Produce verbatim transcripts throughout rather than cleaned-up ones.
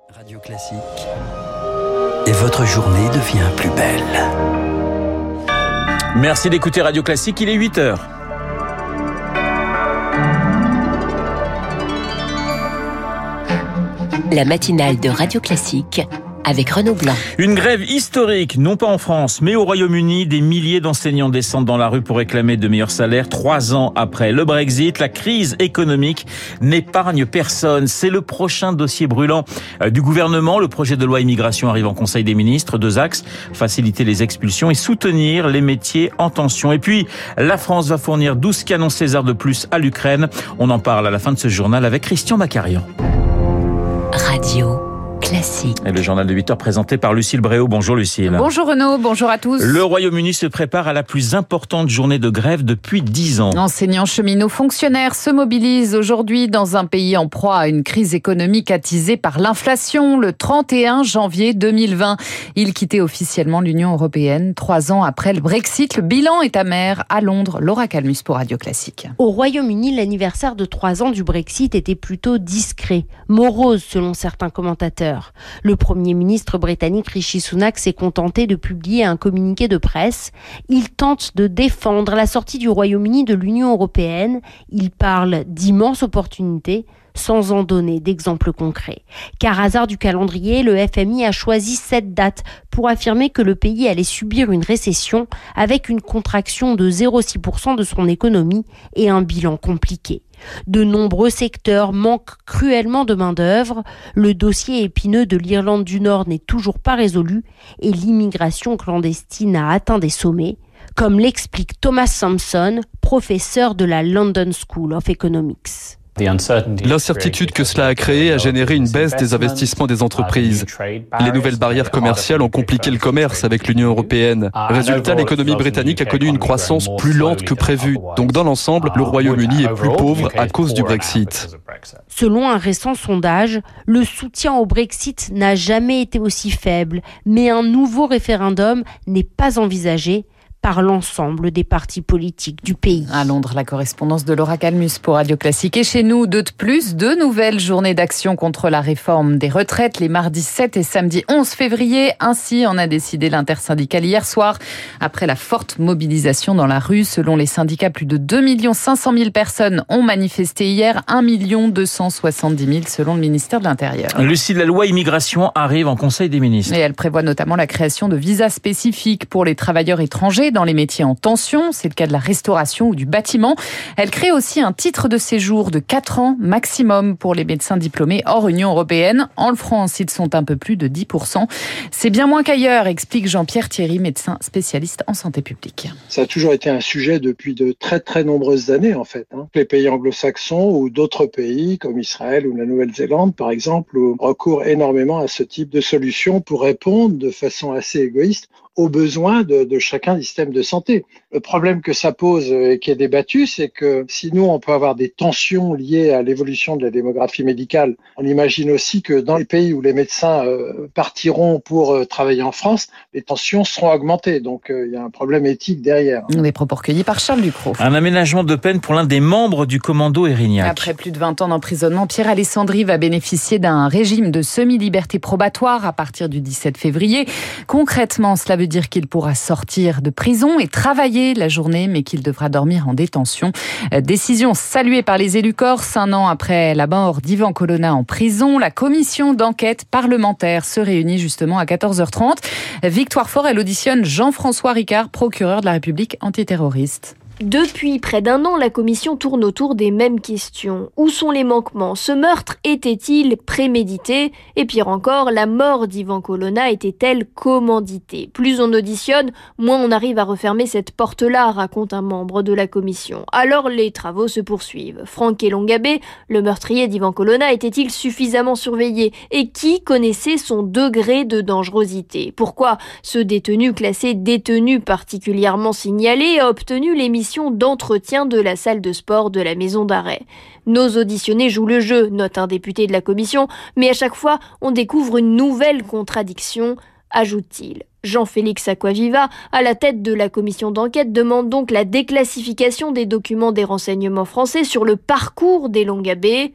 Radio Classique. Et votre journée devient plus belle. Merci d'écouter Radio Classique, il est huit heures. La matinale de Radio Classique avec Renaud Blanc. Une grève historique, non pas en France, mais au Royaume-Uni. Des milliers d'enseignants descendent dans la rue pour réclamer de meilleurs salaires. Trois ans après le Brexit, la crise économique n'épargne personne. C'est le prochain dossier brûlant du gouvernement. Le projet de loi immigration arrive en Conseil des ministres. Deux axes, faciliter les expulsions et soutenir les métiers en tension. Et puis, la France va fournir douze canons César de plus à l'Ukraine. On en parle à la fin de ce journal avec Christian Macarian. Radio Classique. Et le journal de huit heures présenté par Lucille Bréau. Bonjour Lucille. Bonjour Renaud, bonjour à tous. Le Royaume-Uni se prépare à la plus importante journée de grève depuis dix ans. Enseignants, cheminots, fonctionnaires se mobilisent aujourd'hui dans un pays en proie à une crise économique attisée par l'inflation. Le trente et un janvier deux mille vingt, ils quittaient officiellement l'Union européenne. Trois ans après le Brexit, le bilan est amer. À Londres, Laura Calmus pour Radio Classique. Au Royaume-Uni, l'anniversaire de trois ans du Brexit était plutôt discret, morose selon certains commentateurs. Le Premier ministre britannique Rishi Sunak s'est contenté de publier un communiqué de presse. Il tente de défendre la sortie du Royaume-Uni de l'Union européenne. Il parle d'immenses opportunités, sans en donner d'exemples concrets. Car hasard du calendrier, le F M I a choisi cette date pour affirmer que le pays allait subir une récession avec une contraction de zéro virgule six pour cent de son économie et un bilan compliqué. De nombreux secteurs manquent cruellement de main-d'œuvre, le dossier épineux de l'Irlande du Nord n'est toujours pas résolu et l'immigration clandestine a atteint des sommets, comme l'explique Thomas Sampson, professeur de la London School of Economics. L'incertitude que cela a créée a généré une baisse des investissements des entreprises. Les nouvelles barrières commerciales ont compliqué le commerce avec l'Union européenne. Résultat, l'économie britannique a connu une croissance plus lente que prévu. Donc dans l'ensemble, le Royaume-Uni est plus pauvre à cause du Brexit. Selon un récent sondage, le soutien au Brexit n'a jamais été aussi faible, mais un nouveau référendum n'est pas envisagé par l'ensemble des partis politiques du pays. À Londres, la correspondance de Laura Calmus pour Radio Classique. Et chez nous, deux de plus, deux nouvelles journées d'action contre la réforme des retraites, les mardis sept et samedi onze février. Ainsi en a décidé l'intersyndicale hier soir, après la forte mobilisation dans la rue. Selon les syndicats, plus de deux millions cinq cent mille personnes ont manifesté hier, un million deux cent soixante-dix mille selon le ministère de l'Intérieur. Lucie, la loi immigration arrive en Conseil des ministres. Et elle prévoit notamment la création de visas spécifiques pour les travailleurs étrangers dans les métiers en tension. C'est le cas de la restauration ou du bâtiment. Elle crée aussi un titre de séjour de quatre ans maximum pour les médecins diplômés hors Union européenne. En France, ils sont un peu plus de dix pour cent. C'est bien moins qu'ailleurs, explique Jean-Pierre Thierry, médecin spécialiste en santé publique. Ça a toujours été un sujet depuis de très très nombreuses années en fait. Hein. Les pays anglo-saxons ou d'autres pays comme Israël ou la Nouvelle-Zélande par exemple recourent énormément à ce type de solution pour répondre de façon assez égoïste aux besoins de, de chacun du système de santé. Le problème que ça pose et qui est débattu, c'est que si nous, on peut avoir des tensions liées à l'évolution de la démographie médicale, on imagine aussi que dans les pays où les médecins euh, partiront pour euh, travailler en France, les tensions seront augmentées. Donc, euh, il y a un problème éthique derrière. Des propos recueillis par Charles Ducrot. Un aménagement de peine pour l'un des membres du commando Érignac. Après plus de vingt ans d'emprisonnement, Pierre Alessandri va bénéficier d'un régime de semi-liberté probatoire à partir du dix-sept février. Concrètement, cela veut dire qu'il pourra sortir de prison et travailler la journée, mais qu'il devra dormir en détention. Décision saluée par les élus corses. Un an après la mort d'Ivan Colonna en prison, la commission d'enquête parlementaire se réunit justement à quatorze heures trente. Victoire Fort, elle auditionne Jean-François Ricard, procureur de la République antiterroriste. Depuis près d'un an, la commission tourne autour des mêmes questions. Où sont les manquements ? Ce meurtre était-il prémédité ? Et pire encore, la mort d'Ivan Colonna était-elle commanditée ? Plus on auditionne, moins on arrive à refermer cette porte-là, raconte un membre de la commission. Alors les travaux se poursuivent. Franck Elongabé, le meurtrier d'Ivan Colonna, était-il suffisamment surveillé ? Et qui connaissait son degré de dangerosité ? Pourquoi ce détenu classé détenu particulièrement signalé a obtenu l'émission d'entretien de la salle de sport de la maison d'arrêt. Nos auditionnés jouent le jeu, note un député de la commission, mais à chaque fois, on découvre une nouvelle contradiction, ajoute-t-il. Jean-Félix Acquaviva, à la tête de la commission d'enquête, demande donc la déclassification des documents des renseignements français sur le parcours d'Elongabé.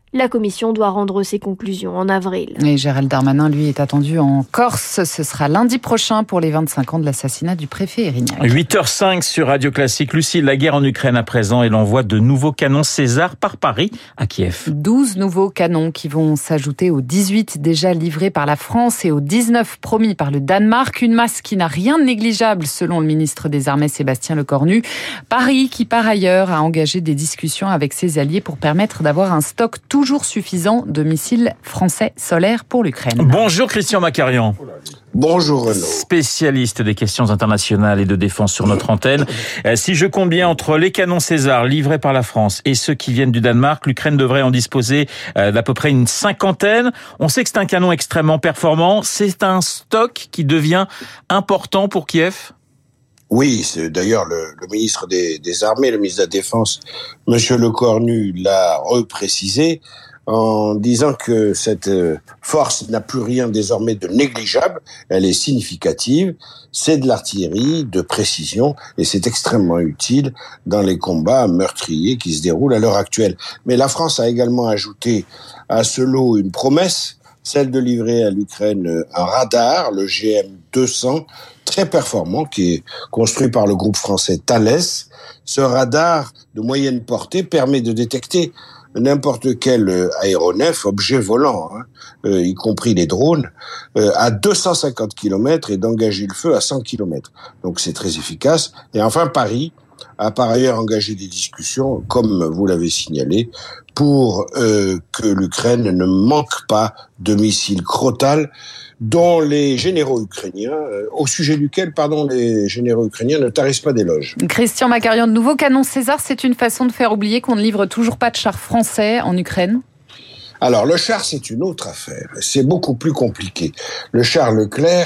La commission doit rendre ses conclusions en avril. Et Gérald Darmanin, lui, est attendu en Corse. Ce sera lundi prochain pour les vingt-cinq ans de l'assassinat du préfet Erignac. huit heures cinq sur Radio Classique. Lucille, la guerre en Ukraine à présent et l'envoi de nouveaux canons César par Paris à Kiev. douze nouveaux canons qui vont s'ajouter aux dix-huit déjà livrés par la France et aux dix-neuf promis par le Danemark. Une masse qui n'a rien de négligeable selon le ministre des Armées Sébastien Lecornu. Paris qui par ailleurs a engagé des discussions avec ses alliés pour permettre d'avoir un stock tout toujours suffisant de missiles français solaires pour l'Ukraine. Bonjour Christian Macarian. Bonjour Renaud. Spécialiste des questions internationales et de défense sur notre antenne. Si je compte bien entre les canons César livrés par la France et ceux qui viennent du Danemark, l'Ukraine devrait en disposer d'à peu près une cinquantaine. On sait que c'est un canon extrêmement performant. C'est un stock qui devient important pour Kiev ? Oui, c'est d'ailleurs le, le ministre des, des Armées, le ministre de la Défense, Monsieur Lecornu, l'a reprécisé en disant que cette force n'a plus rien désormais de négligeable, elle est significative, c'est de l'artillerie de précision et c'est extrêmement utile dans les combats meurtriers qui se déroulent à l'heure actuelle. Mais la France a également ajouté à ce lot une promesse, celle de livrer à l'Ukraine un radar, le G M deux cents, très performant, qui est construit par le groupe français Thales. Ce radar de moyenne portée permet de détecter n'importe quel aéronef, objet volant, hein, euh, y compris les drones, euh, à deux cent cinquante kilomètres et d'engager le feu à cent kilomètres. Donc c'est très efficace. Et enfin, Paris a par ailleurs engagé des discussions, comme vous l'avez signalé, pour euh, que l'Ukraine ne manque pas de missiles Crotale, dont les généraux ukrainiens, euh, au sujet duquel, pardon, les généraux ukrainiens ne tarissent pas d'éloges. Christian Macarian, de nouveaux canons César, c'est une façon de faire oublier qu'on ne livre toujours pas de chars français en Ukraine ? Alors, le char, c'est une autre affaire. C'est beaucoup plus compliqué. Le char Leclerc,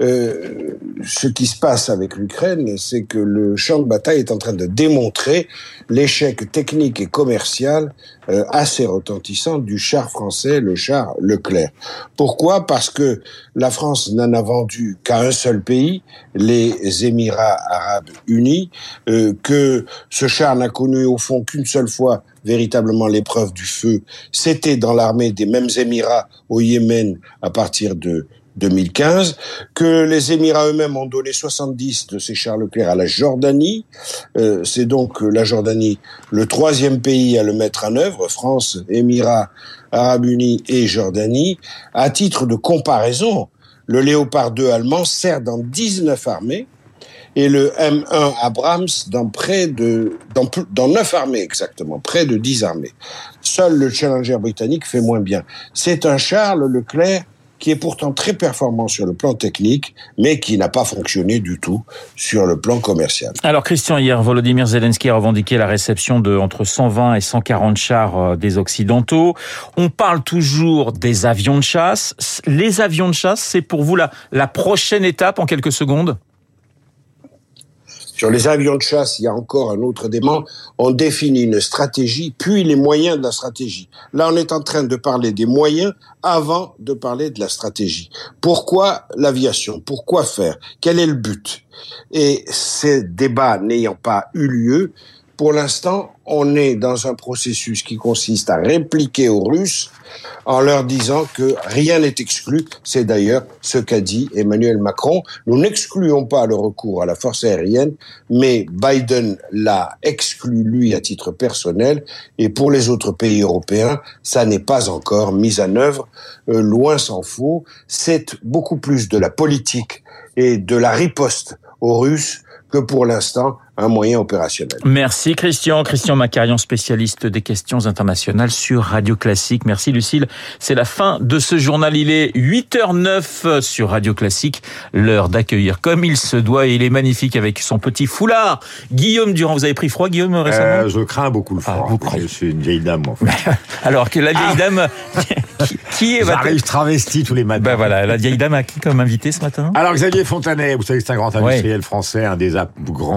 euh, ce qui se passe avec l'Ukraine, c'est que le champ de bataille est en train de démontrer l'échec technique et commercial euh, assez retentissant du char français, le char Leclerc. Pourquoi ? Parce que la France n'en a vendu qu'à un seul pays, les Émirats arabes unis, euh, que ce char n'a connu au fond qu'une seule fois véritablement l'épreuve du feu, c'était dans l'armée des mêmes Émirats au Yémen à partir de deux mille quinze, que les Émirats eux-mêmes ont donné soixante-dix de ces chars Leclerc à la Jordanie. Euh, c'est donc la Jordanie le troisième pays à le mettre en œuvre, France, Émirats arabes unis et Jordanie. À titre de comparaison, le Léopard deux allemand sert dans dix-neuf armées, et le M un Abrams dans près de dans, dans neuf armées exactement, près de dix armées. Seul le Challenger britannique fait moins bien. C'est un char, le Leclerc, qui est pourtant très performant sur le plan technique, mais qui n'a pas fonctionné du tout sur le plan commercial. Alors Christian, hier, Volodymyr Zelensky a revendiqué la réception de entre cent vingt et cent quarante chars des Occidentaux. On parle toujours des avions de chasse. Les avions de chasse, c'est pour vous la, la prochaine étape en quelques secondes ? Sur les avions de chasse, il y a encore un autre débat. On définit une stratégie, puis les moyens de la stratégie. Là, on est en train de parler des moyens avant de parler de la stratégie. Pourquoi l'aviation ? Pourquoi faire ? Quel est le but ? Et ces débats n'ayant pas eu lieu, pour l'instant, on est dans un processus qui consiste à répliquer aux Russes en leur disant que rien n'est exclu. C'est d'ailleurs ce qu'a dit Emmanuel Macron. Nous n'excluons pas le recours à la force aérienne, mais Biden l'a exclu, lui, à titre personnel. Et pour les autres pays européens, ça n'est pas encore mis en œuvre. Euh, loin s'en faut. C'est beaucoup plus de la politique et de la riposte aux Russes que pour l'instant un moyen opérationnel. Merci Christian. Christian Macarian, spécialiste des questions internationales sur Radio Classique. Merci Lucille. C'est la fin de ce journal. Il est huit heures neuf sur Radio Classique. L'heure d'accueillir comme il se doit. Et il est magnifique avec son petit foulard. Guillaume Durand. Vous avez pris froid, Guillaume, récemment ? euh, Je crains beaucoup le froid. Ah, je suis une vieille dame, en fait. Alors que la vieille ah. dame... qui, qui est J'arrive travesti tous les matins. Ben voilà, la vieille dame a qui comme invité ce matin ? Alors Xavier Fontanet, vous savez que c'est un grand industriel ouais. français, un des grands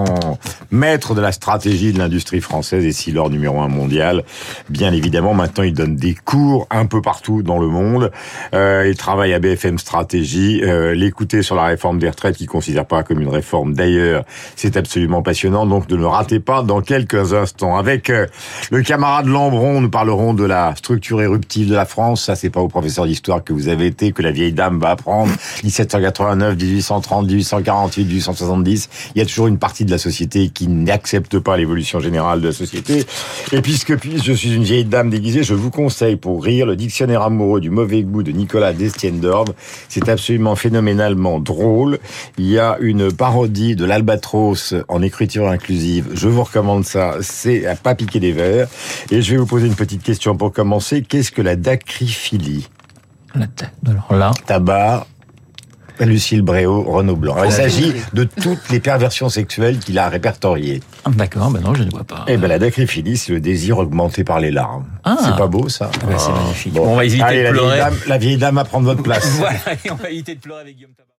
maître de la stratégie de l'industrie française et Silor numéro un mondial. Bien évidemment, maintenant, il donne des cours un peu partout dans le monde. Euh, il travaille à B F M Stratégie. Euh, l'écouter sur la réforme des retraites, qu'il considère pas comme une réforme d'ailleurs, c'est absolument passionnant. Donc, ne le ratez pas dans quelques instants. Avec euh, le camarade Lambron, nous parlerons de la structure éruptive de la France. Ça, c'est pas au professeur d'histoire que vous avez été, que la vieille dame va apprendre. dix-sept cent quatre-vingt-neuf, dix-huit cent trente, dix-huit cent quarante-huit, dix-huit cent soixante-dix. Il y a toujours une partie de la société qui n'accepte pas l'évolution générale de la société. Et puisque, puisque je suis une vieille dame déguisée, je vous conseille pour rire le dictionnaire amoureux du mauvais goût de Nicolas Destienne-Dorbe. C'est absolument phénoménalement drôle. Il y a une parodie de l'Albatros en écriture inclusive. Je vous recommande ça. C'est à pas piquer des vers. Et je vais vous poser une petite question pour commencer. Qu'est-ce que la dacryphilie? La tête. Alors là. Tabac. Lucille Bréau, Renaud Blanc. Alors, il s'agit de toutes les perversions sexuelles qu'il a répertoriées. D'accord, ben non, je ne vois pas. Eh ben, la dacryphilie, c'est le désir augmenté par les larmes. Ah. C'est pas beau, ça? Ben, c'est magnifique. Bon, on va éviter Allez, de pleurer. La vieille dame, la vieille dame à prendre votre place. Voilà, et on va éviter de pleurer avec Guillaume Tabar.